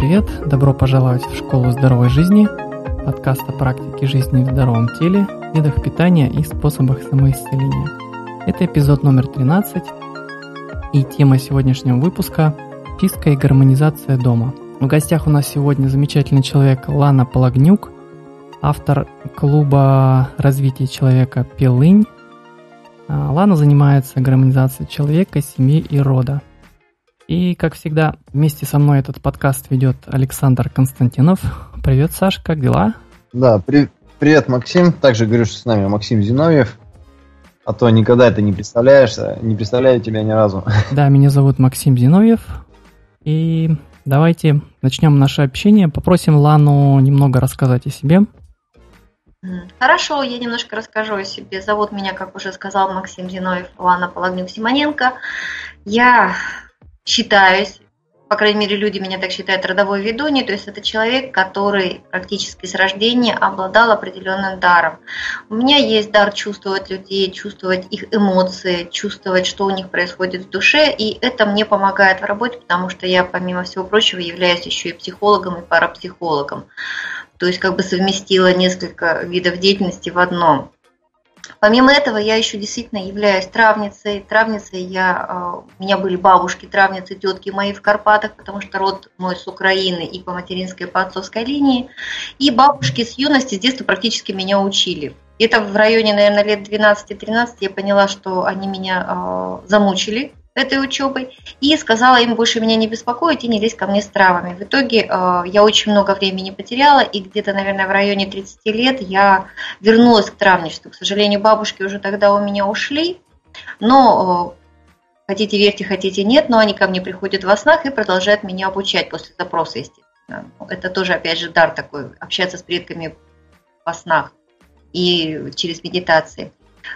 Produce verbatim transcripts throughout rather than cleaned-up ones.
привет! Добро пожаловать в Школу здоровой жизни, подкаст о практике жизни в здоровом теле, видах питания и способах самоисцеления. Это эпизод номер тринадцать, и тема сегодняшнего выпуска – чистка и гармонизация дома. В гостях у нас сегодня замечательный человек Лана Пологнюк, автор клуба развития человека «Пилынь». Лана занимается гармонизацией человека, семьи и рода. И, как всегда, вместе со мной этот подкаст ведет Александр Константинов. Привет, Саш, как дела? Да, при- привет, Максим. Также говорю, что с нами Максим Зиновьев. А то никогда это не представляешь, не представляю тебя ни разу. Да, меня зовут Максим Зиновьев. И давайте начнем наше общение. Попросим Лану немного рассказать о себе. Хорошо, я немножко расскажу о себе. Зовут меня, как уже сказал Максим Зиновьев, Лана Пологнюк-Симоненко. Я считаюсь, по крайней мере, люди меня так считают, родовой ведуньей, то есть это человек, который практически с рождения обладал определенным даром. У меня есть дар чувствовать людей, чувствовать их эмоции, чувствовать, что у них происходит в душе, и это мне помогает в работе, потому что я, помимо всего прочего, являюсь еще и психологом, и парапсихологом. То есть как бы совместила несколько видов деятельности в одном. Помимо этого, я еще действительно являюсь травницей. Травницей я, у меня были бабушки, травницы, тетки мои в Карпатах, потому что род мой с Украины и по материнской, и по отцовской линии. И бабушки с юности, с детства практически меня учили. Это в районе, наверное, лет двенадцать-тринадцать я поняла, что они меня э, замучили этой учебой, и сказала им больше меня не беспокоить и не лезть ко мне с травами. В итоге э, я очень много времени потеряла, и где-то, наверное, в районе тридцати лет я вернулась к травничеству. К сожалению, бабушки уже тогда у меня ушли, но э, хотите верьте, хотите нет, но они ко мне приходят во снах и продолжают меня обучать после запроса, естественно. Это тоже, опять же, дар такой, общаться с предками во снах и через медитации.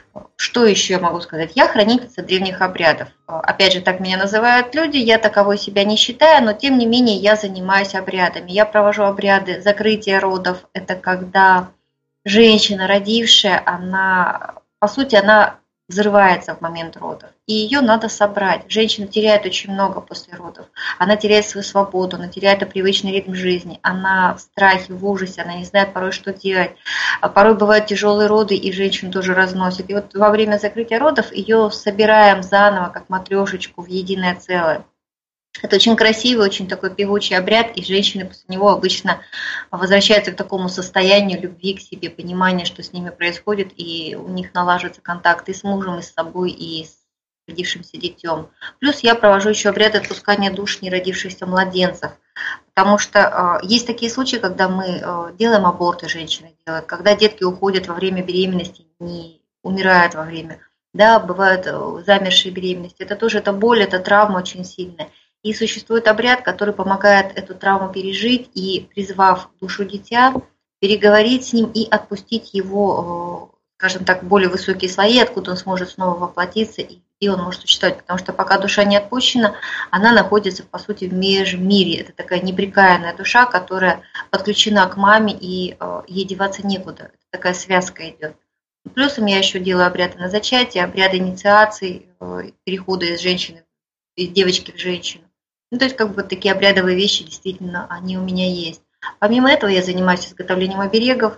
Что еще я могу сказать? Я хранительница древних обрядов. Опять же, так меня называют люди, я таковой себя не считаю, но тем не менее я занимаюсь обрядами. Я провожу обряды закрытия родов. Это когда женщина, родившая, она, по сути, она взрывается в момент родов. И ее надо собрать. Женщина теряет очень много после родов. Она теряет свою свободу, она теряет привычный ритм жизни. Она в страхе, в ужасе, она не знает порой, что делать. Порой бывают тяжелые роды, и женщину тоже разносят. И вот во время закрытия родов ее собираем заново, как матрешечку, в единое целое. Это очень красивый, очень такой певучий обряд, и женщины после него обычно возвращаются к такому состоянию любви к себе, понимания, что с ними происходит, и у них налаживается контакт и с мужем, и с собой, и с родившимся детем. Плюс я провожу еще обряд отпускания душ неродившихся младенцев, потому что э, есть такие случаи, когда мы э, делаем аборты, женщины делают, когда детки уходят во время беременности, не умирают во время. Да, бывают э, замершие беременности. Это тоже это боль, это травма очень сильная. И существует обряд, который помогает эту травму пережить и, призвав душу дитя, переговорить с ним и отпустить его, скажем так, в более высокие слои, откуда он сможет снова воплотиться и где он может существовать. Потому что пока душа не отпущена, она находится, по сути, в межмире. Это такая неприкаянная душа, которая подключена к маме, и ей деваться некуда. Это такая связка идет. Плюсом я еще делаю обряды на зачатие, обряды инициации, перехода из женщины, из девочки в женщину. Ну, то есть, как бы такие обрядовые вещи, действительно, они у меня есть. Помимо этого, я занимаюсь изготовлением оберегов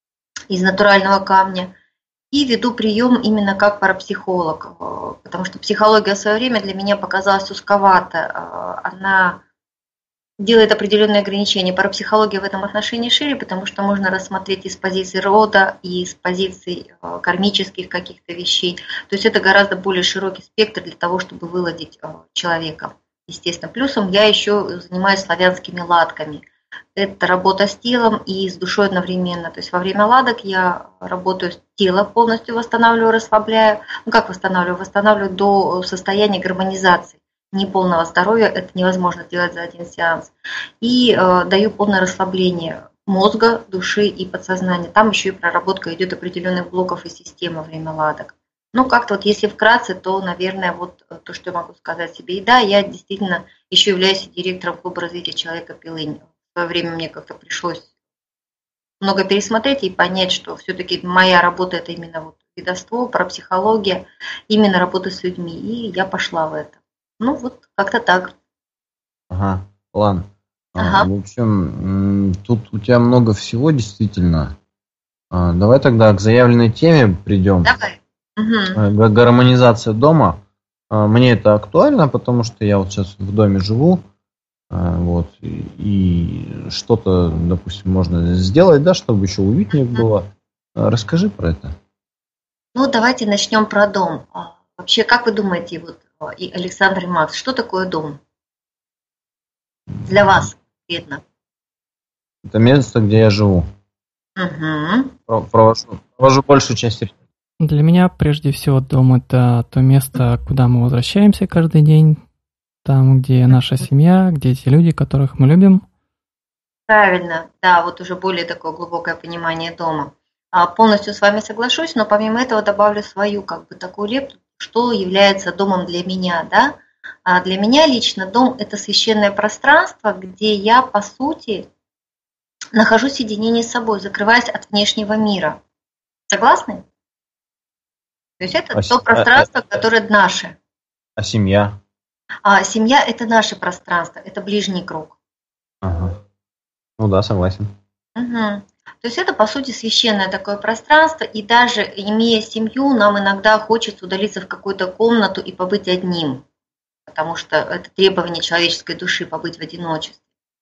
из натурального камня и веду прием именно как парапсихолог, потому что психология в свое время для меня показалась узковата. Она делает определенные ограничения. Парапсихология в этом отношении шире, потому что можно рассмотреть и с позиции рода, и с позиций кармических каких-то вещей. То есть это гораздо более широкий спектр для того, чтобы выладить человека. Естественно, плюсом я еще занимаюсь славянскими ладками. Это работа с телом и с душой одновременно. То есть во время ладок я работаю с телом, полностью восстанавливаю, расслабляю. Ну как восстанавливаю? Восстанавливаю до состояния гармонизации. Неполного здоровья это невозможно сделать за один сеанс. И э, даю полное расслабление мозга, души и подсознания. Там еще и проработка идет определенных блоков и систем во время ладок. Ну, как-то вот если вкратце, то, наверное, вот то, что я могу сказать себе. И да, я действительно еще являюсь директором клуба развития человека «Пилынь». В свое время мне как-то пришлось много пересмотреть и понять, что все-таки моя работа – это именно вот ведовство, парапсихология, именно работа с людьми. И я пошла в это. Ну, вот как-то так. Ага, ладно. Ага. В общем, тут у тебя много всего действительно. Давай тогда к заявленной теме придем. Давай. Угу. Гармонизация дома. Мне это актуально, потому что я вот сейчас в доме живу. Вот, и что-то, допустим, можно сделать, да, чтобы еще уютнее было. Расскажи про это. Ну, давайте начнем про дом. Вообще, как вы думаете, вот, и Александр и Макс, что такое дом? Для вас, конкретно. Это место, где я живу. Угу. Провожу, провожу большую часть времени. Для меня, прежде всего, дом – это то место, куда мы возвращаемся каждый день. Там, где наша семья, где те люди, которых мы любим. Правильно, да, вот уже более такое глубокое понимание дома. А, полностью с вами соглашусь, но помимо этого добавлю свою, как бы, такую лепту, что является домом для меня, да. А для меня лично дом – это священное пространство, где я, по сути, нахожусь в соединении с собой, закрываясь от внешнего мира. Согласны? То есть это а то пространство, которое наше. А семья? А семья – это наше пространство, это ближний круг. Ага. Ну да, согласен. Угу. То есть это, по сути, священное такое пространство, и даже имея семью, нам иногда хочется удалиться в какую-то комнату и побыть одним, потому что это требование человеческой души – побыть в одиночестве.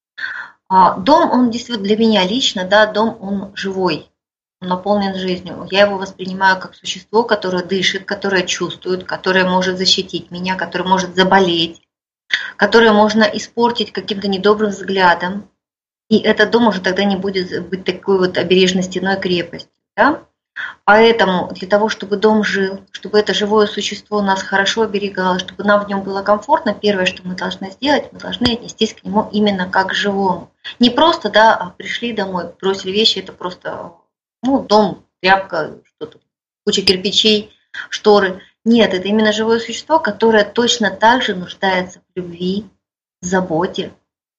А дом, он действительно для меня лично, да, дом, он живой, он наполнен жизнью. Я его воспринимаю как существо, которое дышит, которое чувствует, которое может защитить меня, которое может заболеть, которое можно испортить каким-то недобрым взглядом. И этот дом уже тогда не будет быть такой вот обережной стеной крепостью. Да? Поэтому для того, чтобы дом жил, чтобы это живое существо нас хорошо оберегало, чтобы нам в нем было комфортно, первое, что мы должны сделать, мы должны отнестись к нему именно как к живому. Не просто, да, пришли домой, бросили вещи, это просто, ну, дом, тряпка, что-то, куча кирпичей, шторы. Нет, это именно живое существо, которое точно так же нуждается в любви, в заботе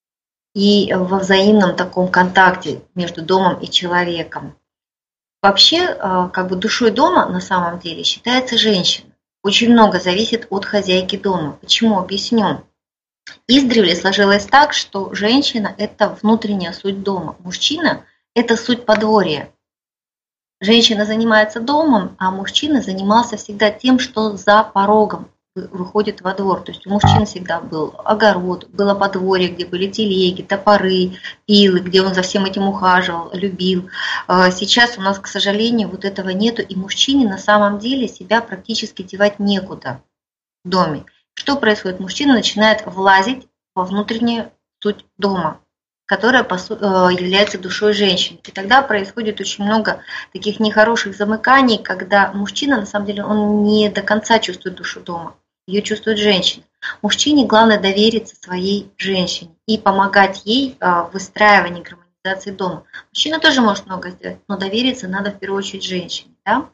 и во взаимном таком контакте между домом и человеком. Вообще, как бы душой дома на самом деле считается женщина. Очень много зависит от хозяйки дома. Почему? Объясню. Издревле сложилось так, что женщина – это внутренняя суть дома. Мужчина – это суть подворья. Женщина занимается домом, а мужчина занимался всегда тем, что за порогом выходит во двор. То есть у мужчин всегда был огород, было подворье, где были телеги, топоры, пилы, где он за всем этим ухаживал, любил. Сейчас у нас, к сожалению, вот этого нету, и мужчине на самом деле себя практически девать некуда в доме. Что происходит? Мужчина начинает влазить во внутреннюю суть дома, которая является душой женщины. И тогда происходит очень много таких нехороших замыканий, когда мужчина, на самом деле, он не до конца чувствует душу дома. Ее чувствует женщина. Мужчине главное довериться своей женщине и помогать ей в выстраивании гармонизации дома. Мужчина тоже может много сделать, но довериться надо в первую очередь женщине. Да?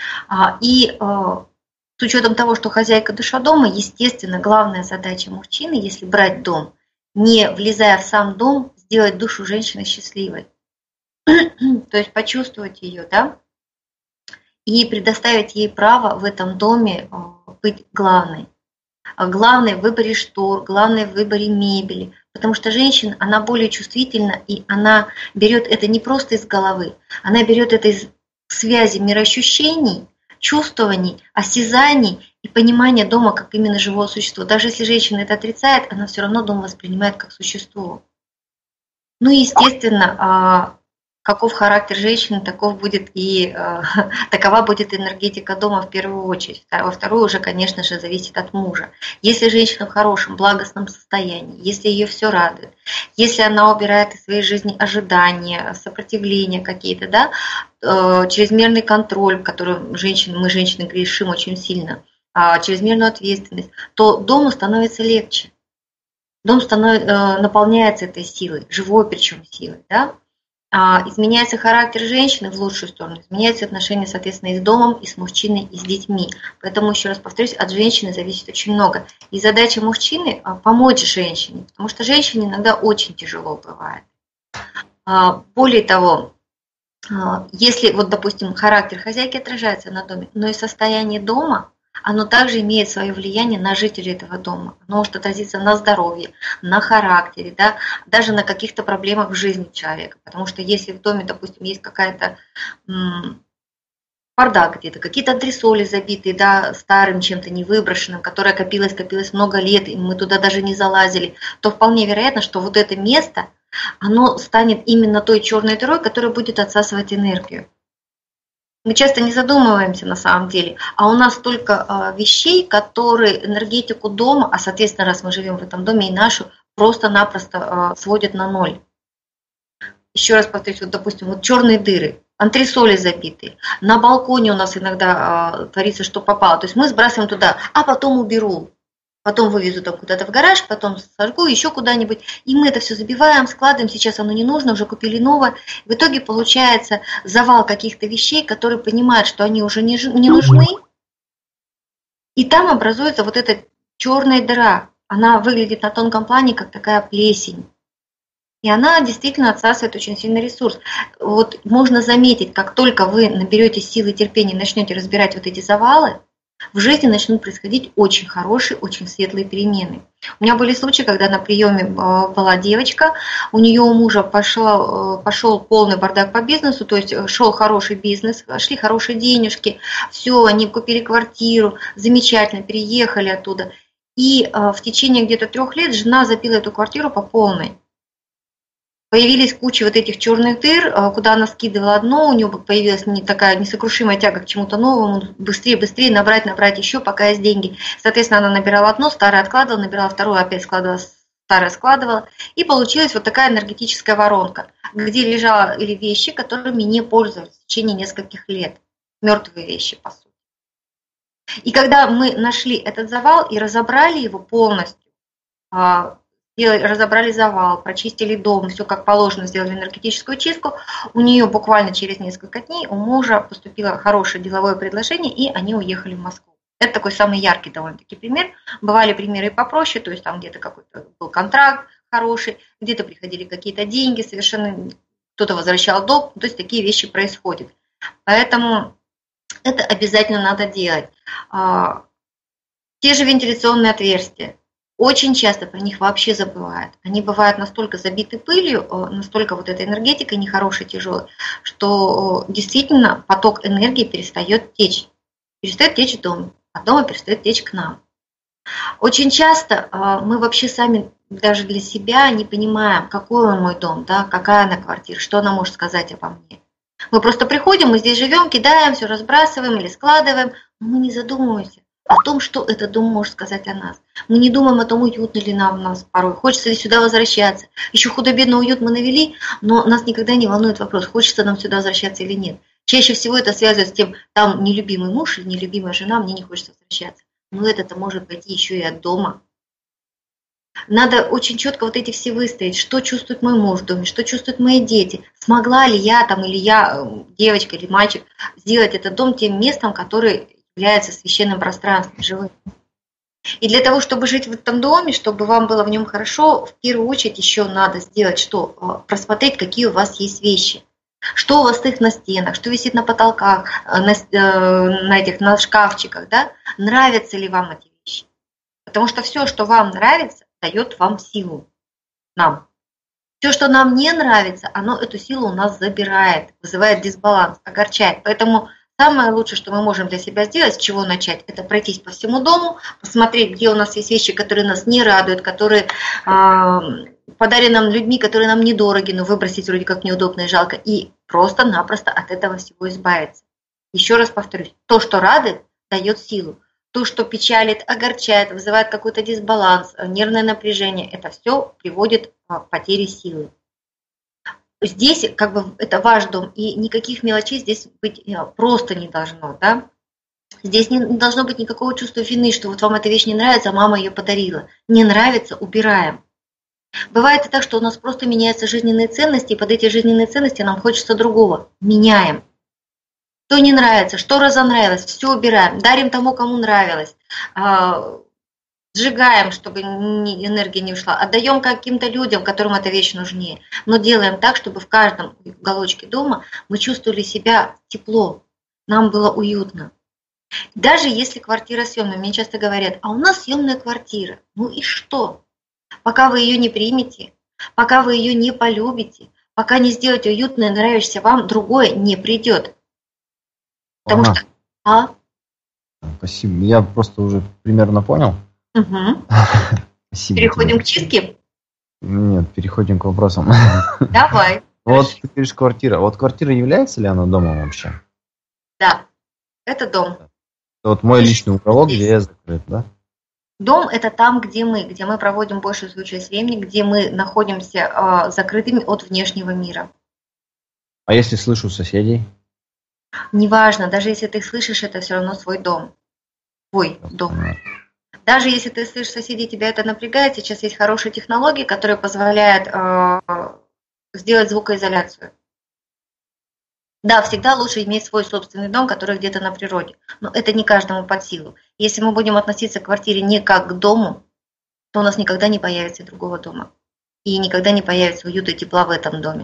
И с учетом того, что хозяйка душа дома, естественно, главная задача мужчины, если брать дом, не влезая в сам дом, сделать душу женщины счастливой. То есть почувствовать ее, да, и предоставить ей право в этом доме быть главной. Главной в выборе штор, главной в выборе мебели. Потому что женщина, она более чувствительна, и она берет это не просто из головы, она берет это из связи мироощущений, чувствований, осязаний и понимания дома как именно живого существа. Даже если женщина это отрицает, она все равно дом воспринимает как существо. Ну и, естественно, каков характер женщины, таков будет и такова будет энергетика дома в первую очередь. Во вторую уже, конечно же, зависит от мужа. Если женщина в хорошем, благостном состоянии, если ее все радует, если она убирает из своей жизни ожидания, сопротивления какие-то, да, чрезмерный контроль, который женщины, мы, женщины, грешим очень сильно, чрезмерную ответственность, то дому становится легче. Дом становится, наполняется этой силой, живой причем силой, да? А, изменяется характер женщины в лучшую сторону, изменяются отношения, соответственно, и с домом, и с мужчиной, и с детьми. Поэтому, еще раз повторюсь, от женщины зависит очень много. И задача мужчины – помочь женщине, потому что женщине иногда очень тяжело бывает. А, более того, а, если, вот, допустим, характер хозяйки отражается на доме, но и состояние дома оно также имеет свое влияние на жителей этого дома. Оно может отразиться на здоровье, на характере, да, даже на каких-то проблемах в жизни человека. Потому что если в доме, допустим, есть какая-то м- бардак где-то, какие-то антресоли забитые, да, старым чем-то невыброшенным, которое копилось, копилось много лет, и мы туда даже не залазили, то вполне вероятно, что вот это место, оно станет именно той черной дырой, которая будет отсасывать энергию. Мы часто не задумываемся на самом деле, а у нас столько э, вещей, которые энергетику дома, а соответственно, раз мы живем в этом доме, и нашу, просто-напросто э, сводят на ноль. Еще раз повторюсь, вот, допустим, вот черные дыры, антресоли забитые, на балконе у нас иногда э, творится, что попало. То есть мы сбрасываем туда, а потом уберу. Потом вывезу там куда-то в гараж, потом сожгу еще куда-нибудь. И мы это все забиваем, складываем, сейчас оно не нужно, уже купили новое. В итоге получается завал каких-то вещей, которые понимают, что они уже не, не нужны. И там образуется вот эта черная дыра. Она выглядит на тонком плане, как такая плесень. И она действительно отсасывает очень сильный ресурс. Вот можно заметить, как только вы наберете силы и терпения и начнете разбирать вот эти завалы, в жизни начнут происходить очень хорошие, очень светлые перемены. У меня были случаи, когда на приеме была девочка, у нее у мужа пошел, пошел полный бардак по бизнесу, то есть шел хороший бизнес, шли хорошие денежки, все, они купили квартиру, замечательно, переехали оттуда. И в течение где-то трех лет жена забила эту квартиру по полной. Появились куча вот этих черных дыр, куда она скидывала одно, у нее появилась не такая несокрушимая тяга к чему-то новому, быстрее, быстрее набрать, набрать еще, пока есть деньги. Соответственно, она набирала одно, старое откладывала, набирала второе, опять складывала, старое складывала. И получилась вот такая энергетическая воронка, где лежали вещи, которыми не пользовались в течение нескольких лет. Мертвые вещи, по сути. И когда мы нашли этот завал и разобрали его полностью, разобрали завал, прочистили дом, все как положено, сделали энергетическую чистку, у нее буквально через несколько дней у мужа поступило хорошее деловое предложение, и они уехали в Москву. Это такой самый яркий довольно-таки пример. Бывали примеры и попроще, то есть там где-то какой-то был контракт хороший, где-то приходили какие-то деньги, совершенно кто-то возвращал долг, то есть такие вещи происходят. Поэтому это обязательно надо делать. Те же вентиляционные отверстия. Очень часто про них вообще забывают. Они бывают настолько забиты пылью, настолько вот этой энергетикой нехорошей, тяжелой, что действительно поток энергии перестает течь. Перестает течь в доме, а дома перестает течь к нам. Очень часто мы вообще сами даже для себя не понимаем, какой он мой дом, да, какая она квартира, что она может сказать обо мне. Мы просто приходим, мы здесь живем, кидаем, все разбрасываем или складываем, но мы не задумываемся о том, что этот дом может сказать о нас. Мы не думаем о том, уютно ли нам у нас порой, хочется ли сюда возвращаться. Еще худо-бедно уют мы навели, но нас никогда не волнует вопрос, хочется нам сюда возвращаться или нет. Чаще всего это связывается с тем, там нелюбимый муж или нелюбимая жена, мне не хочется возвращаться. Но это-то может пойти еще и от дома. Надо очень четко вот эти все выстроить, что чувствует мой муж в доме, что чувствуют мои дети. Смогла ли я там, или я, девочка или мальчик, сделать этот дом тем местом, который является священным пространством, живым. И для того, чтобы жить в этом доме, чтобы вам было в нем хорошо, в первую очередь еще надо сделать что? Просмотреть, какие у вас есть вещи. Что у вас стоит на стенах, что висит на потолках, на, на этих, на шкафчиках, да? Нравятся ли вам эти вещи? Потому что все, что вам нравится, дает вам силу. Нам. Все, что нам не нравится, оно эту силу у нас забирает, вызывает дисбаланс, огорчает. Поэтому самое лучшее, что мы можем для себя сделать, с чего начать, это пройтись по всему дому, посмотреть, где у нас есть вещи, которые нас не радуют, которые э, подарены нам людьми, которые нам недороги, но выбросить вроде как неудобно и жалко, и просто-напросто от этого всего избавиться. Еще раз повторюсь, то, что радует, дает силу. То, что печалит, огорчает, вызывает какой-то дисбаланс, нервное напряжение, это все приводит к потере силы. Здесь как бы это ваш дом, и никаких мелочей здесь быть просто не должно, да? Здесь не должно быть никакого чувства вины, что вот вам эта вещь не нравится, а мама ее подарила. Не нравится, убираем. Бывает и так, что у нас просто меняются жизненные ценности, и под эти жизненные ценности нам хочется другого. Меняем. Что не нравится, что разонравилось, все убираем, дарим тому, кому нравилось. Сжигаем, чтобы энергия не ушла, отдаем каким-то людям, которым эта вещь нужнее. Но делаем так, чтобы в каждом уголочке дома мы чувствовали себя тепло, нам было уютно. Даже если квартира съемная, мне часто говорят, а у нас съемная квартира. Ну и что? Пока вы ее не примете, пока вы ее не полюбите, пока не сделаете уютно и нравишься вам, другое не придет. Потому Ага. что... А? Спасибо. Я просто уже примерно понял. Угу. Спасибо Переходим тебе. к чистке? Нет, переходим к вопросам. Давай. Вот Хорошо. ты говоришь квартира. Вот квартира является ли она домом вообще? Да, это дом. Вот мой личный уголок, где я закрыт, да? Дом – это там, где мы, где мы проводим большую свою часть времени, где мы находимся э, закрытыми от внешнего мира. А если слышу соседей? Неважно, даже если ты слышишь, это все равно свой дом. Твой дом. Даже если ты слышишь соседей, тебя это напрягает, сейчас есть хорошие технологии, которые позволяют э, сделать звукоизоляцию. Да, всегда лучше иметь свой собственный дом, который где-то на природе. Но это не каждому под силу. Если мы будем относиться к квартире не как к дому, то у нас никогда не появится другого дома. И никогда не появится уюта и тепла в этом доме.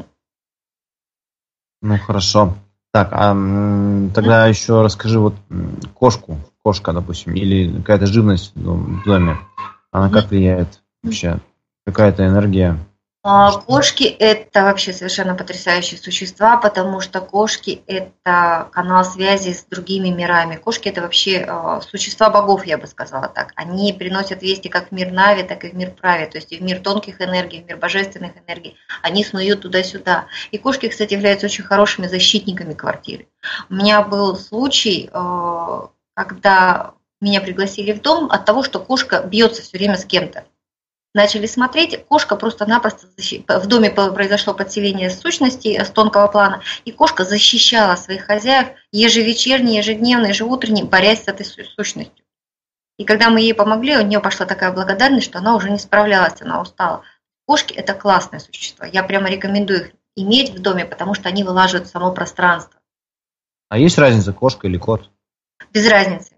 Ну хорошо. Так, а м, тогда еще расскажи вот м, кошку, кошка, допустим, или какая-то живность в доме, она как влияет вообще? Какая-то энергия? А кошки – это вообще совершенно потрясающие существа, потому что кошки – это канал связи с другими мирами. Кошки – это вообще э, существа богов, я бы сказала так. Они приносят вести как в мир Нави, так и в мир Прави, то есть и в мир тонких энергий, в мир божественных энергий. Они снуют туда-сюда. И кошки, кстати, являются очень хорошими защитниками квартиры. У меня был случай, э, когда меня пригласили в дом от того, что кошка бьется все время с кем-то. Начали смотреть, кошка просто-напросто защищ... в доме произошло подселение сущностей с тонкого плана, и кошка защищала своих хозяев ежевечерне, ежедневно, ежеутренне, борясь с этой сущностью. И когда мы ей помогли, у нее пошла такая благодарность, что она уже не справлялась, она устала. Кошки – это классные существа, я прямо рекомендую их иметь в доме, потому что они вылаживают само пространство. А есть разница, кошка или кот? Без разницы.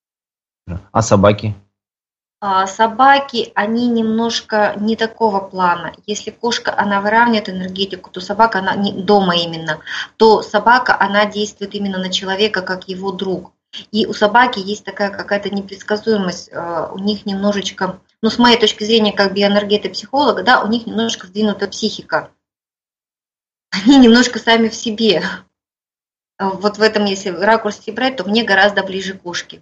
А собаки? Собаки, они немножко не такого плана. Если кошка, она выравнивает энергетику, то собака, она не дома именно, то собака, она действует именно на человека, как его друг. И у собаки есть такая какая-то непредсказуемость, у них немножечко, ну, с моей точки зрения, как биоэнергета психолога, да, у них немножко сдвинута психика. Они немножко сами в себе. Вот в этом, если ракурсе брать, то мне гораздо ближе кошки.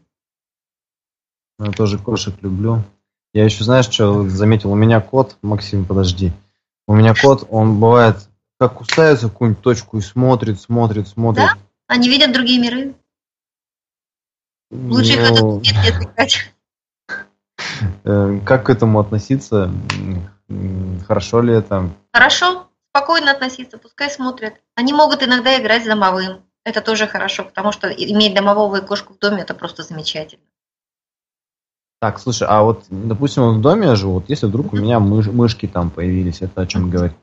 Я тоже кошек люблю. Я еще, знаешь, что заметил? У меня кот, Максим, подожди. У меня кот, он бывает, как кусается в какую-нибудь точку и смотрит, смотрит, смотрит. Да? Они видят другие миры? Лучше их в Ну, этот свет не отвлекать. э, как к этому относиться? М, Хорошо ли это? Хорошо, спокойно относиться, пускай смотрят. Они могут иногда играть с домовым. Это тоже хорошо, потому что иметь домового и кошку в доме – это просто замечательно. Так, слушай, а вот, допустим, вот в доме я живу, вот если вдруг у меня мыш- мышки там появились, это о чем говорит?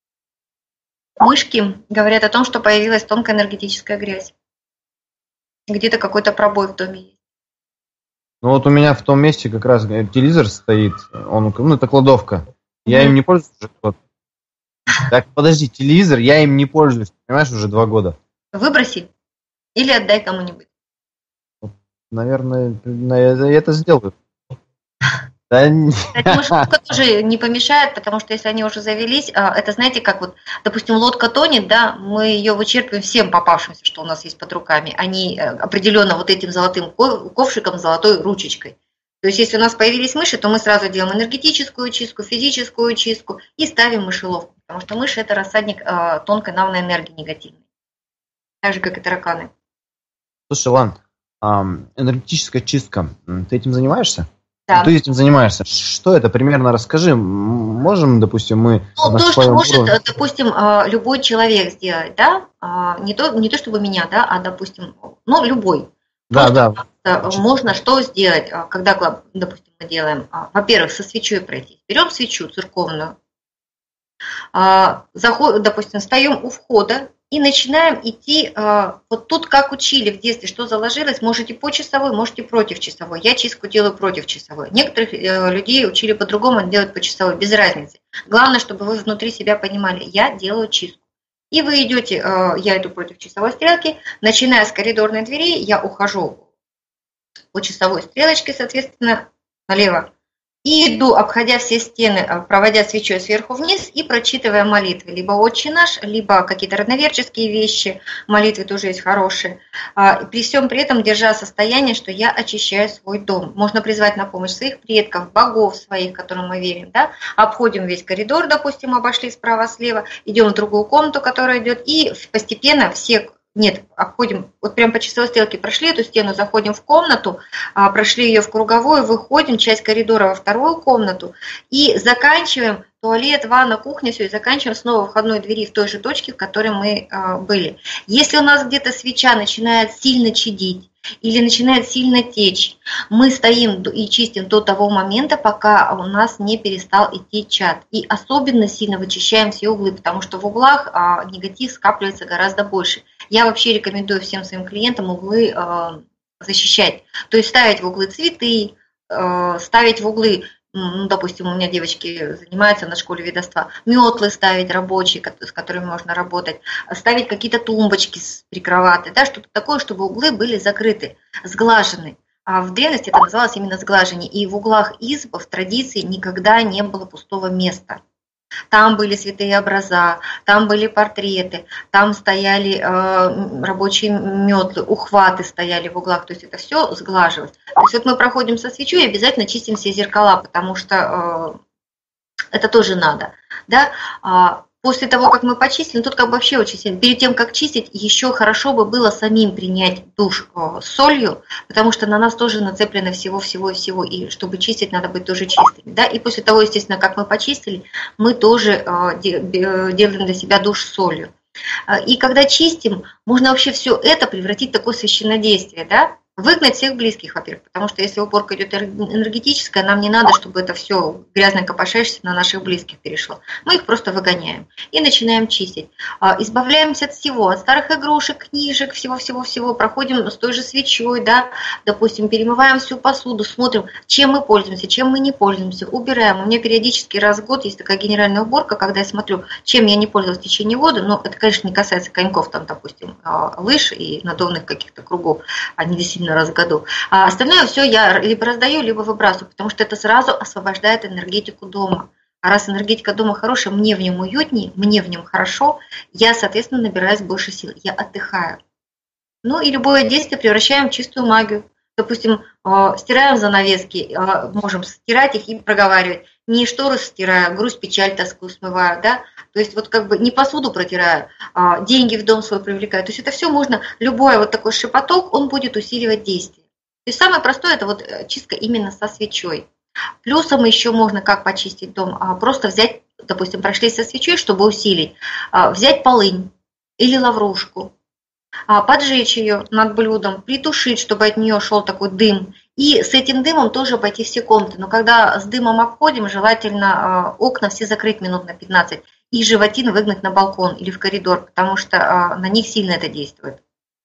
Мышки говорят о том, что появилась тонкая энергетическая грязь. Где-то какой-то пробой в доме есть. Ну вот у меня в том месте как раз э, телевизор стоит, он, ну это кладовка, я Мгм. им не пользуюсь уже год. Так, подожди, телевизор, я им не пользуюсь, понимаешь, уже два года. Выброси или отдай кому-нибудь. Наверное, на- я это сделаю. Да, не- Кстати, мышеловка тоже не помешает, потому что если они уже завелись, а, это знаете, как вот, допустим, лодка тонет, да, мы ее вычерпываем всем попавшимся, что у нас есть под руками, а не э, определенно вот этим золотым ко- ковшиком, золотой ручечкой. То есть, если у нас появились мыши, то мы сразу делаем энергетическую чистку, физическую чистку и ставим мышеловку, потому что мыши – это рассадник э, тонкой навной энергии негативной, так же, как и тараканы. Слушай, Лан, ам, энергетическая чистка, м, ты этим занимаешься? Да. Ты этим занимаешься. Что это примерно расскажи? М, Можем, допустим, мы Ну, на то, что своем может, уровне- допустим, а, любой человек сделать, да, А, не то, не то чтобы меня, да, а, допустим, ну, любой. Да, Просто, да. а, можно что сделать, а, когда, кла- допустим, мы делаем, а, во-первых, со свечой пройти. Берем свечу церковную, а, заход- допустим, встаем у входа и начинаем идти, а, вот тут, как учили в детстве, что заложилось, можете по часовой, можете против часовой. Я чистку делаю против часовой. Некоторых э, людей учили по-другому делать по часовой, без разницы. Главное, чтобы вы внутри себя понимали, я делаю чистку. И вы идете, э, я иду против часовой стрелки, начиная с коридорной двери, я ухожу по часовой стрелочке, соответственно, налево. И иду, обходя все стены, проводя свечой сверху вниз и прочитывая молитвы. Либо «Отче наш», либо какие-то родноверческие вещи, молитвы тоже есть хорошие. При всем при этом держа состояние, что я очищаю свой дом. Можно призвать на помощь своих предков, богов своих, которым мы верим. Да? Обходим весь коридор, допустим, обошли справа-слева, идем в другую комнату, которая идет, и постепенно все... Нет, обходим, вот прям по часовой стрелке прошли эту стену, заходим в комнату, прошли ее в круговую, выходим, часть коридора во вторую комнату и заканчиваем туалет, ванна, кухня, все, и заканчиваем снова входной двери в той же точке, в которой мы были. Если у нас где-то свеча начинает сильно чадить или начинает сильно течь, мы стоим и чистим до того момента, пока у нас не перестал идти чад. И особенно сильно вычищаем все углы, потому что в углах негатив скапливается гораздо больше. Я вообще рекомендую всем своим клиентам углы э, защищать. То есть ставить в углы цветы, э, ставить в углы, ну, допустим, у меня девочки занимаются на школе ведовства, метлы ставить рабочие, с которыми можно работать, ставить какие-то тумбочки прикроватные, да, что-то такое, чтобы углы были закрыты, сглажены. А в древности это называлось именно сглаживание. И в углах изб в традиции никогда не было пустого места. Там были святые образа, там были портреты, там стояли э, рабочие метлы, ухваты стояли в углах, то есть это все сглаживалось. То есть вот мы проходим со свечой и обязательно чистим все зеркала, потому что э, это тоже надо. Да? А после того, как мы почистили, ну, тут как бы вообще очень сильно, перед тем, как чистить, еще хорошо бы было самим принять душ с солью, потому что на нас тоже нацеплено всего-всего-всего, и чтобы чистить, надо быть тоже чистыми. Да? И после того, естественно, как мы почистили, мы тоже делаем для себя душ с солью. И когда чистим, можно вообще все это превратить в такое священнодействие, да? Выгнать всех близких, во-первых, потому что если уборка идет энергетическая, нам не надо, чтобы это все грязно копошащееся на наших близких перешло. Мы их просто выгоняем и начинаем чистить. Избавляемся от всего, от старых игрушек, книжек, всего-всего-всего, проходим с той же свечой, да, допустим, перемываем всю посуду, смотрим, чем мы пользуемся, чем мы не пользуемся, убираем. У меня периодически раз в год есть такая генеральная уборка, когда я смотрю, чем я не пользовалась в течение года, но это, конечно, не касается коньков, там, допустим, лыж и надувных каких-то кругов, они действительно раз в году. А остальное все я либо раздаю, либо выбрасываю, потому что это сразу освобождает энергетику дома. А раз энергетика дома хорошая, мне в нем уютнее, мне в нем хорошо, я, соответственно, набираюсь больше сил, я отдыхаю. Ну и любое действие превращаем в чистую магию. Допустим, стираем занавески, можем стирать их и проговаривать. Не шторы стираю, грусть, печаль, тоску смываю, да. То есть вот как бы не посуду протираю, а деньги в дом свой привлекаю. То есть это все можно, любой вот такой шепоток, он будет усиливать действие. То есть самое простое это вот чистка именно со свечой. Плюсом еще можно как почистить дом, просто взять, допустим, прошли со свечой, чтобы усилить, взять полынь или лаврушку, поджечь ее над блюдом, притушить, чтобы от нее шел такой дым. И с этим дымом тоже обойти все комнаты. Но когда с дымом обходим, желательно окна все закрыть минут на пятнадцать и животин выгнать на балкон или в коридор, потому что на них сильно это действует.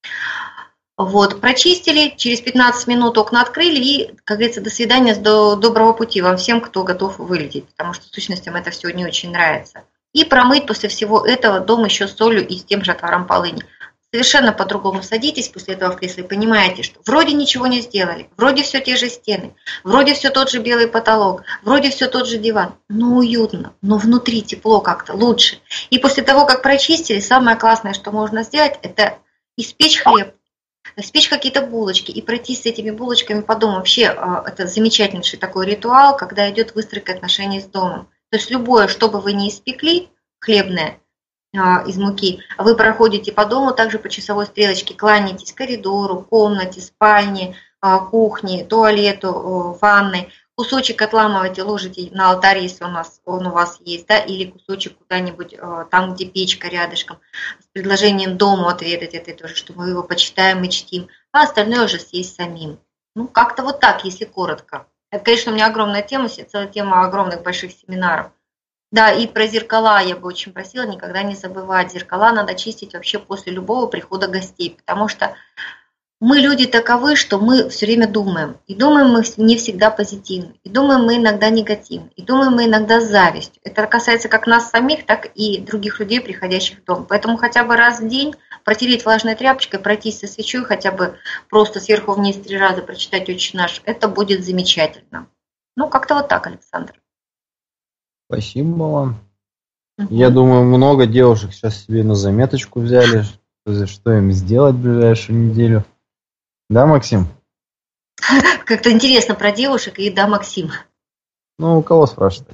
Вот, прочистили, через пятнадцать минут окна открыли и, как говорится, до свидания, до доброго пути вам всем, кто готов вылететь, потому что сущностям это все не очень нравится. И промыть после всего этого дом еще с солью и с тем же отваром полыни. Совершенно по-другому садитесь после этого в кресло и понимаете, что вроде ничего не сделали, вроде все те же стены, вроде все тот же белый потолок, вроде все тот же диван, но уютно, но внутри тепло как-то лучше. И после того, как прочистили, самое классное, что можно сделать, это испечь хлеб, испечь какие-то булочки и пройти с этими булочками по дому. Вообще это замечательнейший такой ритуал, когда идет выстройка отношений с домом. То есть любое, что бы вы ни испекли, хлебное, из муки, вы проходите по дому также по часовой стрелочке, кланяетесь коридору, комнате, спальне, кухне, туалету, ванной, кусочек отламываете, ложите на алтарь, если у нас, он у вас есть, да, или кусочек куда-нибудь там, где печка рядышком, с предложением дому отведать это тоже, что мы его почитаем и чтим, а остальное уже съесть самим. Ну, как-то вот так, если коротко. Это, конечно, у меня огромная тема, целая тема огромных больших семинаров. Да, и про зеркала я бы очень просила никогда не забывать. Зеркала надо чистить вообще после любого прихода гостей, потому что мы люди таковы, что мы все время думаем. И думаем мы не всегда позитивно. И думаем мы иногда негативно. И думаем мы иногда с завистью. Это касается как нас самих, так и других людей, приходящих в дом. Поэтому хотя бы раз в день протереть влажной тряпочкой, пройтись со свечой, хотя бы просто сверху вниз три раза прочитать «Отче наш», это будет замечательно. Ну, как-то вот так, Александр. Спасибо вам. Угу. Я думаю, много девушек сейчас себе на заметочку взяли, что им сделать в ближайшую неделю. Да, Максим? Как-то интересно про девушек и да, Максим. Ну, у кого спрашивать?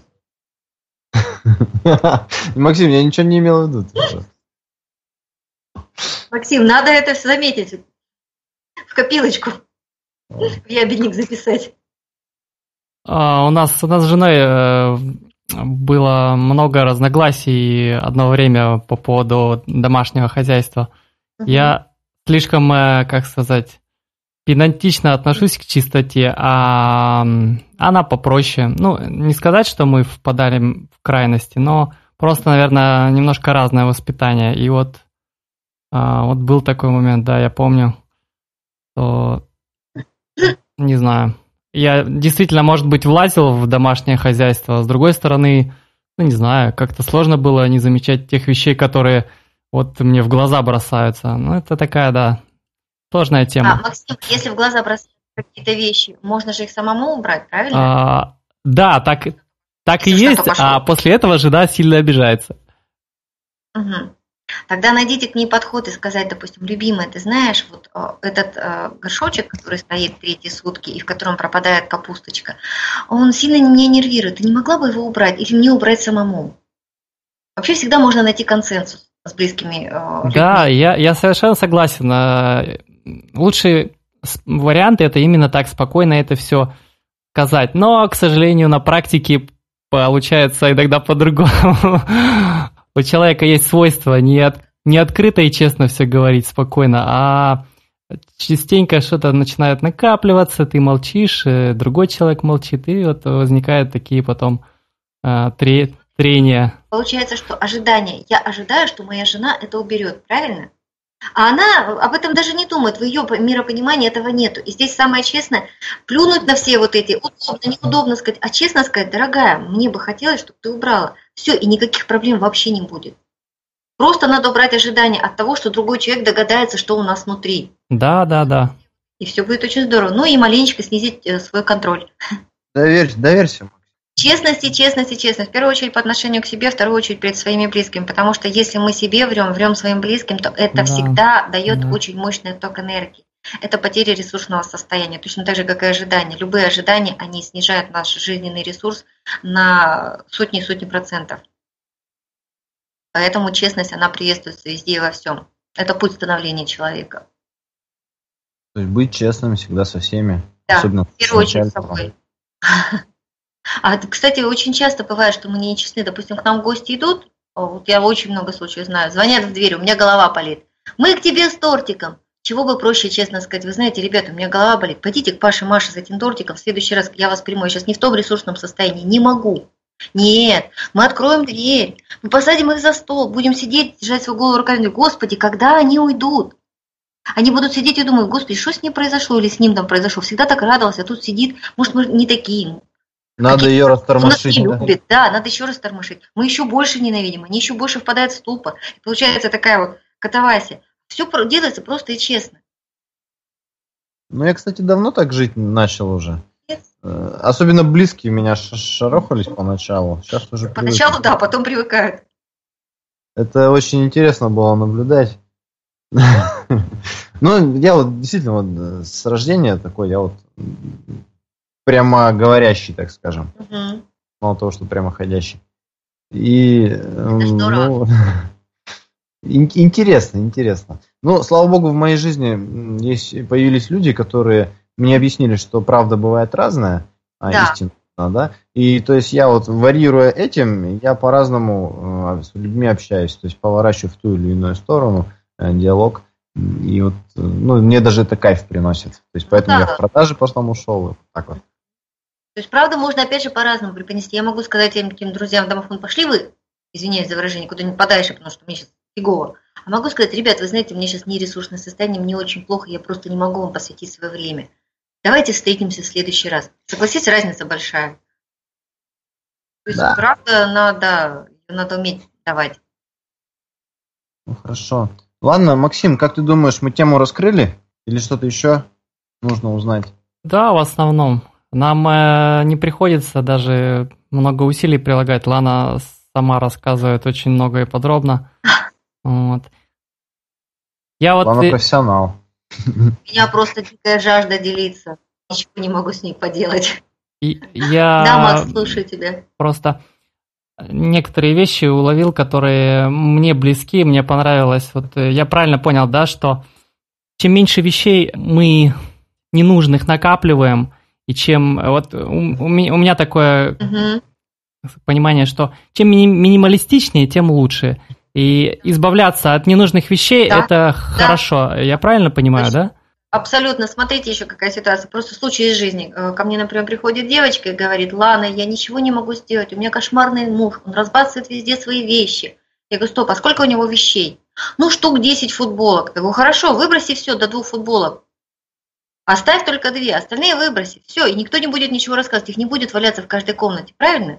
Максим, я ничего не имел в виду. Максим, надо это все заметить. В копилочку. В ябедник записать. А, у нас, у нас с женой э, было много разногласий одно время по поводу домашнего хозяйства. Угу. Я слишком, э, как сказать, педантично отношусь к чистоте, а она попроще. Ну, не сказать, что мы впадали в крайности, но просто, наверное, немножко разное воспитание. И вот, а, вот был такой момент, да, я помню, что, не знаю, я действительно, может быть, влазил в домашнее хозяйство, с другой стороны, ну, не знаю, как-то сложно было не замечать тех вещей, которые вот мне в глаза бросаются. Ну, это такая, да, сложная тема. А, Максим, если в глаза бросаются какие-то вещи, можно же их самому убрать, правильно? А, да, так, так и есть, а после этого жена сильно обижается. Угу. Тогда найдите к ней подход и сказать, допустим, любимая, ты знаешь, вот этот э, горшочек, который стоит третьи сутки и в котором пропадает капусточка, он сильно меня нервирует. Ты не могла бы его убрать или мне убрать самому? Вообще всегда можно найти консенсус с близкими э, людьми. Да, я, я совершенно согласен. Лучший вариант – это именно так спокойно это все сказать. Но, к сожалению, на практике получается иногда по-другому. У человека есть свойство не, от, не открыто и честно все говорить спокойно, а частенько что-то начинает накапливаться, ты молчишь, другой человек молчит, и вот возникают такие потом а, тре, трения. Получается, что ожидание. Я ожидаю, что моя жена это уберет, правильно? А она об этом даже не думает, в ее миропонимании этого нету. И здесь самое честное, плюнуть на все вот эти, удобно, неудобно сказать, а честно сказать, дорогая, мне бы хотелось, чтобы ты убрала. Все, и никаких проблем вообще не будет. Просто надо убрать ожидания от того, что другой человек догадается, что у нас внутри. Да, да, да. И все будет очень здорово. Ну и маленечко снизить свой контроль. Доверь, доверься. Честность и честность и честность. В первую очередь по отношению к себе, в вторую очередь перед своими близкими. Потому что если мы себе врем, врем своим близким, то это да, всегда дает да. очень мощный отток энергии. Это потеря ресурсного состояния. Точно так же, как и ожидания. Любые ожидания, они снижают наш жизненный ресурс на сотни и сотни процентов. Поэтому честность, она приветствуется везде и во всем. Это путь становления человека. То есть быть честным всегда со всеми. Да, особенно в первую очередь с собой. А, кстати, очень часто бывает, что мы нечестны. Допустим, к нам гости идут, вот я очень много случаев знаю, звонят в дверь, у меня голова болит. Мы к тебе с тортиком. Чего бы проще честно сказать, вы знаете, ребята, у меня голова болит, пойдите к Паше, Маше с этим тортиком, в следующий раз я вас приму, я сейчас не в том ресурсном состоянии, не могу. Нет, мы откроем дверь, мы посадим их за стол, будем сидеть, держать свою голову руками, Господи, когда они уйдут? Они будут сидеть и думать, Господи, что с ним произошло или с ним там произошло? Всегда так радовался, а тут сидит, может, мы не такие. Надо Какие ее растормошить. Он нас не любит, да, надо еще растормошить. Мы еще больше ненавидим, они еще больше впадают в ступор. И получается такая вот катавасия. Все делается просто и честно. Ну, я, кстати, давно так жить начал уже. Нет. Особенно близкие меня шарохались поначалу. Сейчас уже Поначалу, да, потом привыкают. Это очень интересно было наблюдать. Ну, я вот действительно вот с рождения такой, я вот прямо говорящий, так скажем. Угу. Мало того, что прямо ходящий. И, это здорово. Ну, интересно, интересно. Ну, слава богу, в моей жизни есть, появились люди, которые мне объяснили, что правда бывает разная, а да. истина, да. И то есть я вот варьируя этим, я по-разному с людьми общаюсь, то есть поворачиваю в ту или иную сторону диалог. И вот, ну, мне даже это кайф приносит. То есть поэтому да. я в продаже потом ушел. Вот так вот. То есть, правда, можно опять же по-разному преподнести. Я могу сказать этим, этим друзьям в домофон, пошли вы, извиняюсь за выражение, куда-нибудь подальше, потому что мне сейчас фигово. А могу сказать, ребят, вы знаете, у меня сейчас нересурсное состояние, мне очень плохо, я просто не могу вам посвятить свое время. Давайте встретимся в следующий раз. Согласитесь, разница большая. То есть, да. Правда, надо, надо уметь давать. Ну, хорошо. Ладно, Максим, как ты думаешь, мы тему раскрыли? Или что-то еще нужно узнать? Да, в основном. Нам э, не приходится даже много усилий прилагать. Лана сама рассказывает очень много и подробно. Вот. Я вот... Лана профессионал. У меня просто дикая жажда делиться. Ничего не могу с ней поделать. И я... Да, Макс, слушаю тебя. Просто некоторые вещи уловил, которые мне близки, мне понравилось. Вот я правильно понял, да, что чем меньше вещей мы ненужных накапливаем, и чем... Вот у, у, меня, у меня такое угу. понимание, что чем ми- минималистичнее, тем лучше. И избавляться от ненужных вещей, да, это да. Хорошо. Я правильно понимаю, Точно. Да? Абсолютно. Смотрите еще какая ситуация. Просто случай из жизни. Ко мне, например, приходит девочка и говорит: Лана, я ничего не могу сделать. У меня кошмарный муж. Он разбрасывает везде свои вещи. Я говорю: стоп, а сколько у него вещей? Ну, штук десять футболок. Я говорю: хорошо, выброси все до двух футболок. Оставь только две, остальные выброси. Все, и никто не будет ничего рассказывать. Их не будет валяться в каждой комнате. Правильно?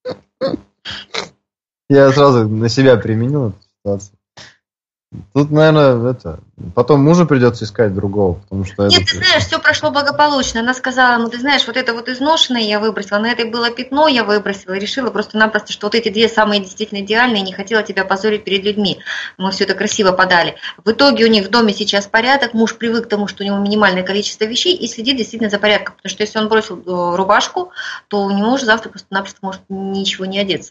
Я сразу на себя применил эту ситуацию. Тут, наверное, это потом мужу придется искать другого, потому что... Нет, это... ты знаешь, все прошло благополучно. Она сказала: ну, ты знаешь, вот это вот изношенное я выбросила, на этой было пятно, я выбросила, и решила просто-напросто, что вот эти две самые действительно идеальные, не хотела тебя позорить перед людьми. Мы все это красиво подали. В итоге у них в доме сейчас порядок, муж привык к тому, что у него минимальное количество вещей, и следит действительно за порядком, потому что если он бросил рубашку, то у него уже завтра просто-напросто может ничего не одеться.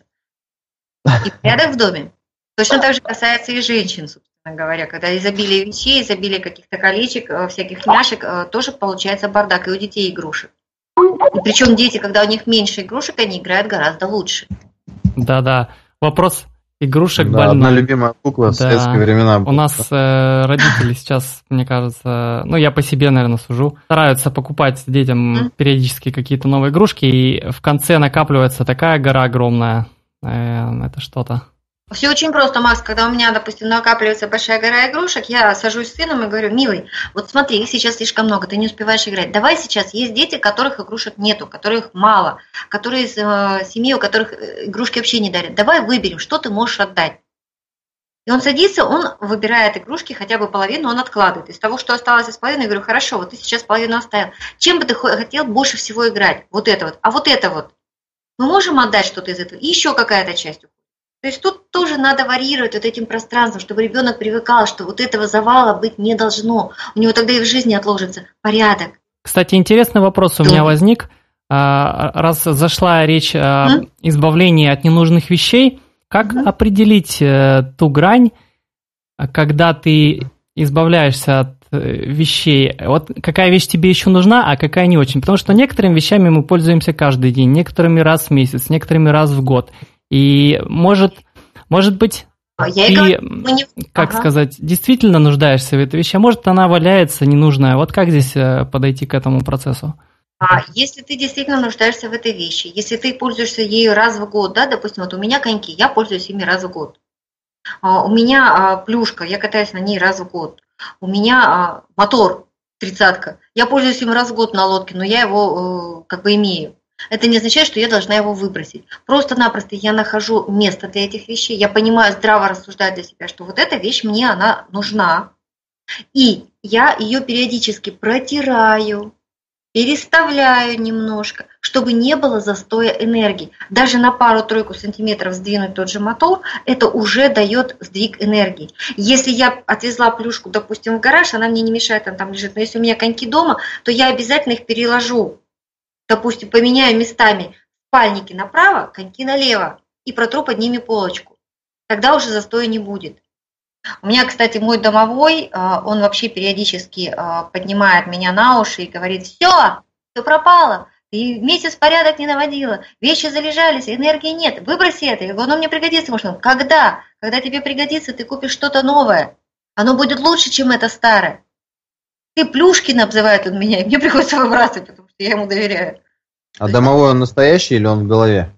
И порядок в доме. Точно так же касается и женщин, собственно говоря, когда изобилие вещей, изобилие каких-то колечек, всяких няшек, тоже получается бардак, и у детей игрушек. И причем дети, когда у них меньше игрушек, они играют гораздо лучше. Да-да, вопрос игрушек да, больной. Одна любимая кукла в да. советские времена. У нас э, родители сейчас, мне кажется, ну я по себе, наверное, сужу, стараются покупать детям mm. периодически какие-то новые игрушки, и в конце накапливается такая гора огромная. Э, это что-то. Все очень просто, Макс. Когда у меня, допустим, накапливается большая гора игрушек, я сажусь с сыном и говорю: милый, вот смотри, их сейчас слишком много, ты не успеваешь играть. Давай сейчас, есть дети, которых игрушек нету, которых мало, которые из э, семьи, у которых игрушки вообще не дарят. Давай выберем, что ты можешь отдать. И он садится, он выбирает игрушки, хотя бы половину он откладывает. Из того, что осталось из половины, я говорю: хорошо, вот ты сейчас половину оставил. Чем бы ты хотел больше всего играть? Вот это вот. А вот это вот. Мы можем отдать что-то из этого? И еще какая-то часть. То есть тут тоже надо варьировать вот этим пространством, чтобы ребенок привыкал, что вот этого завала быть не должно. У него тогда и в жизни отложится порядок. Кстати, интересный вопрос у да. меня возник. Раз зашла речь о mm? избавлении от ненужных вещей, как mm-hmm. определить ту грань, когда ты избавляешься от вещей? Вот какая вещь тебе еще нужна, а какая не очень? Потому что некоторыми вещами мы пользуемся каждый день, некоторыми раз в месяц, некоторыми раз в год. И может, может быть, Я ты, не... как ага. сказать, действительно нуждаешься в этой вещи, а может, она валяется ненужная. Вот как здесь подойти к этому процессу? А если ты действительно нуждаешься в этой вещи, если ты пользуешься ею раз в год, да, допустим, вот у меня коньки, я пользуюсь ими раз в год. А, у меня а, плюшка, я катаюсь на ней раз в год. У меня а, мотор тридцатка, я пользуюсь им раз в год на лодке, но я его э, как бы имею. Это не означает, что я должна его выбросить. Просто-напросто я нахожу место для этих вещей, я понимаю, здраво рассуждаю для себя, что вот эта вещь мне, она нужна. И я ее периодически протираю, переставляю немножко, чтобы не было застоя энергии. Даже на пару-тройку сантиметров сдвинуть тот же мотор, это уже дает сдвиг энергии. Если я отвезла плюшку, допустим, в гараж, она мне не мешает, она там лежит, но если у меня коньки дома, то я обязательно их переложу. Допустим, поменяю местами спальники направо, коньки налево и протру под ними полочку. Тогда уже застоя не будет. У меня, кстати, мой домовой, он вообще периодически поднимает меня на уши и говорит: все, все пропало, ты месяц порядок не наводила, вещи залежались, энергии нет, выброси это. Я говорю: оно мне пригодится. Может, когда? Когда тебе пригодится, ты купишь что-то новое. Оно будет лучше, чем это старое. Ты Плюшкин, обзывает он меня, и мне приходится выбрасывать, потому что я ему доверяю. А домовой он настоящий или он в голове?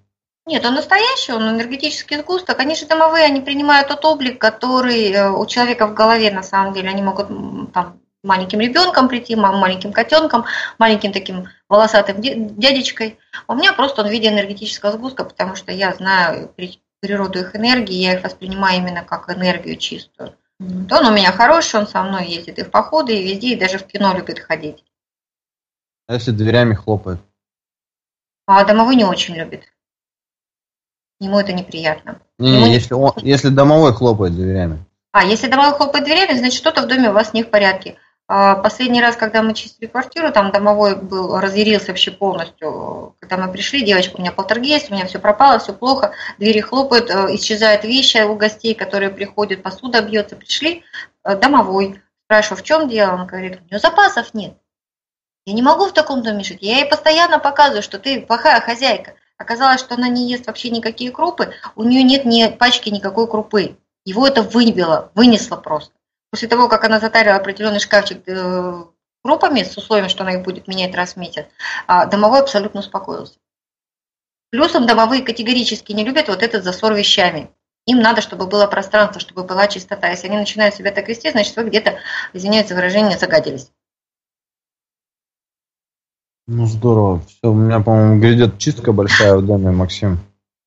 Нет, он настоящий, он энергетический сгусток. Они же домовые, они принимают тот облик, который у человека в голове на самом деле. Они могут там маленьким ребенком прийти, маленьким котенком, маленьким таким волосатым дядечкой. У меня просто он в виде энергетического сгустка, потому что я знаю природу их энергии, я их воспринимаю именно как энергию чистую. Mm-hmm. Он у меня хороший, он со мной ездит и в походы, и везде, и даже в кино любит ходить. А если дверями хлопает? А домовой не очень любит. Ему это неприятно. Не, Ему если, он, если домовой хлопает дверями. А, если домовой хлопает дверями, значит, что-то в доме у вас не в порядке. Последний раз, когда мы чистили квартиру, там домовой был, разъярился вообще полностью. Когда мы пришли, девочка, у меня полтергейст, у меня все пропало, все плохо, двери хлопают, исчезают вещи у гостей, которые приходят, посуда бьется. Пришли, домовой, спрашиваю, в чем дело? Он говорит, у нее запасов нет. Я не могу в таком доме жить. Я ей постоянно показываю, что ты плохая хозяйка. Оказалось, что она не ест вообще никакие крупы, у нее нет ни пачки никакой крупы. Его это выбило, вынесло просто. После того, как она затарила определенный шкафчик крупами с условием, что она их будет менять раз в месяц, домовой абсолютно успокоился. Плюсом домовые категорически не любят вот этот засор вещами. Им надо, чтобы было пространство, чтобы была чистота. Если они начинают себя так вести, значит, вы где-то, извиняюсь за выражение, загадились. Ну, здорово. Все, у меня, по-моему, грядет чистка большая в доме, Максим.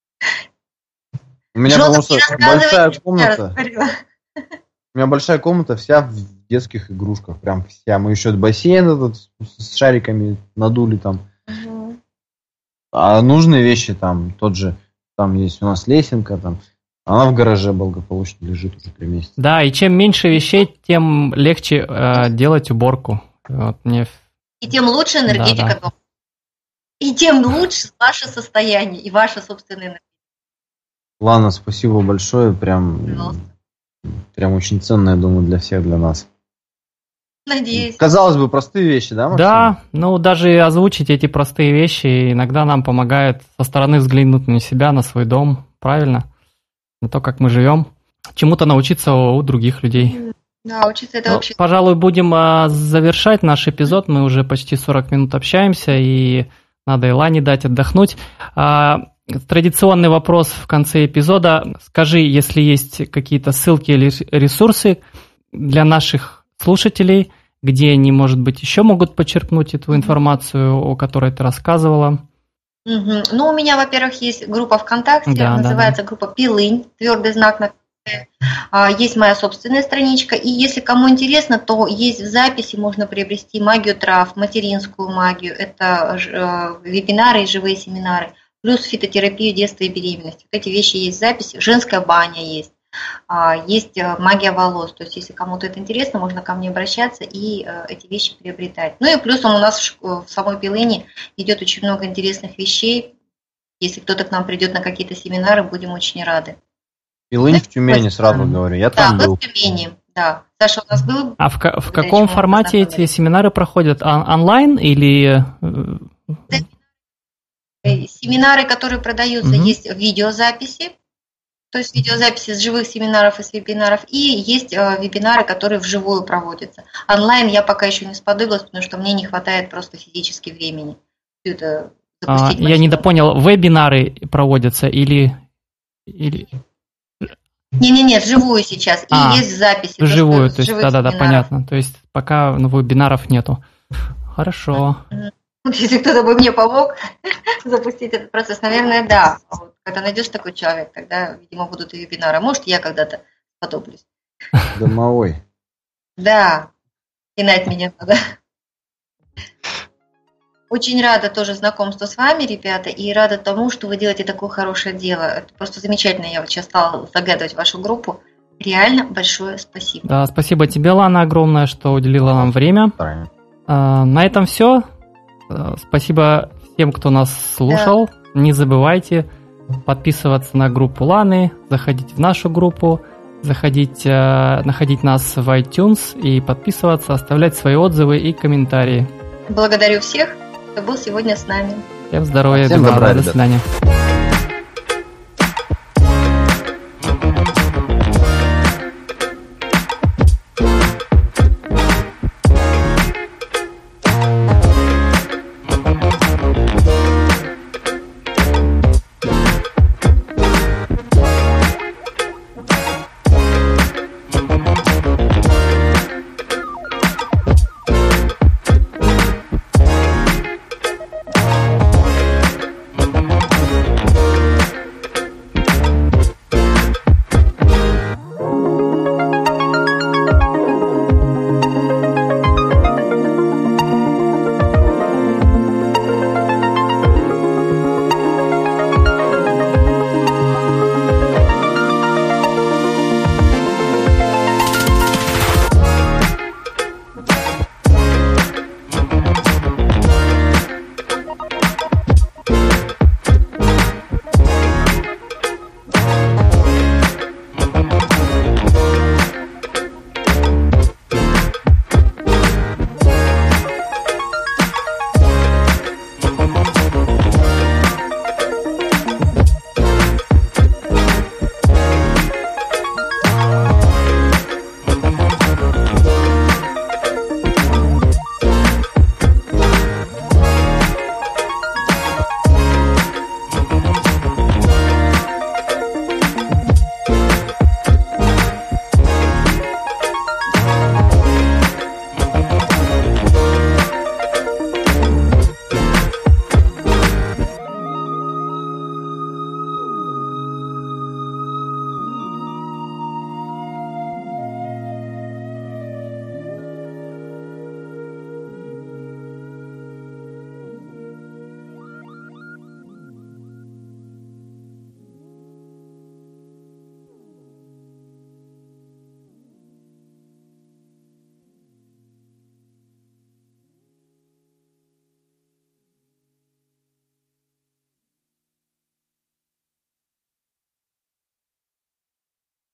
У меня, потому что большая комната. У меня большая комната вся в детских игрушках, прям вся. Мы еще бассейн этот с шариками надули там. Угу. А нужные вещи там, тот же, там есть у нас лесенка, там, она в гараже благополучно лежит уже три месяца. Да, и чем меньше вещей, тем легче э, делать уборку. Вот мне... И тем лучше энергетика дома. Да, да. И тем лучше ваше состояние и ваша собственная энергия. Ладно, спасибо большое, прям... Пожалуйста. Прям очень ценно, я думаю, для всех, для нас. Надеюсь. Казалось бы, простые вещи, да, Максим? Да, ну даже озвучить эти простые вещи иногда нам помогает со стороны взглянуть на себя, на свой дом, правильно? На то, как мы живем. Чему-то научиться у других людей. Да, учиться это ну, вообще... Пожалуй, будем а, завершать наш эпизод. Мы уже почти сорок минут общаемся, и надо Илане дать отдохнуть. А, Традиционный вопрос в конце эпизода. Скажи, если есть какие-то ссылки или ресурсы для наших слушателей, где они, может быть, еще могут почерпнуть эту информацию, о которой ты рассказывала. Угу. Ну, у меня, во-первых, есть группа ВКонтакте, да, называется да, да. группа «Пилынь», твердый знак на есть моя собственная страничка. И если кому интересно, то есть в записи, можно приобрести магию трав, материнскую магию. Это вебинары и живые семинары. Плюс фитотерапию детства и беременности. Вот эти вещи есть в записи. Женская баня есть. Есть магия волос. То есть, если кому-то это интересно, можно ко мне обращаться и эти вещи приобретать. Ну и плюсом у нас в самой Пилыне идет очень много интересных вещей. Если кто-то к нам придет на какие-то семинары, будем очень рады. Пилынь в Тюмени, сразу говорю. Я там да, был. в Тюмени, да. Саша у нас был. А в, в каком формате эти семинары проходят? Он- онлайн или... Семинары, которые продаются, угу. есть видеозаписи, то есть видеозаписи с живых семинаров и с вебинаров, и есть э, вебинары, которые вживую проводятся. Онлайн я пока еще не сподобилась, потому что мне не хватает просто физически времени. Это а, я недопонял, вебинары проводятся или... или... Не-не-не, вживую сейчас, а, и есть записи. Вживую, то, то есть, да-да-да, понятно. То есть пока ну, вебинаров нету. Хорошо. Если кто-то бы мне помог запустить этот процесс, наверное, да. Вот, когда найдешь такой человек, тогда, видимо, будут и вебинары. Может, я когда-то сподоблюсь. Домовой. Да, пинать меня надо. Очень рада тоже знакомству с вами, ребята, и рада тому, что вы делаете такое хорошее дело. Это просто замечательно. Я вот сейчас стала заглядывать в вашу группу. Реально большое спасибо. Да, спасибо тебе, Лана, огромное, что уделила нам время. Правильно. А, на этом все. Спасибо всем, кто нас слушал. Да. Не забывайте подписываться на группу Ланы, заходить в нашу группу, заходить, находить нас в iTunes и подписываться, оставлять свои отзывы и комментарии. Благодарю всех, кто был сегодня с нами. Всем здоровья, Всем добра, до свидания.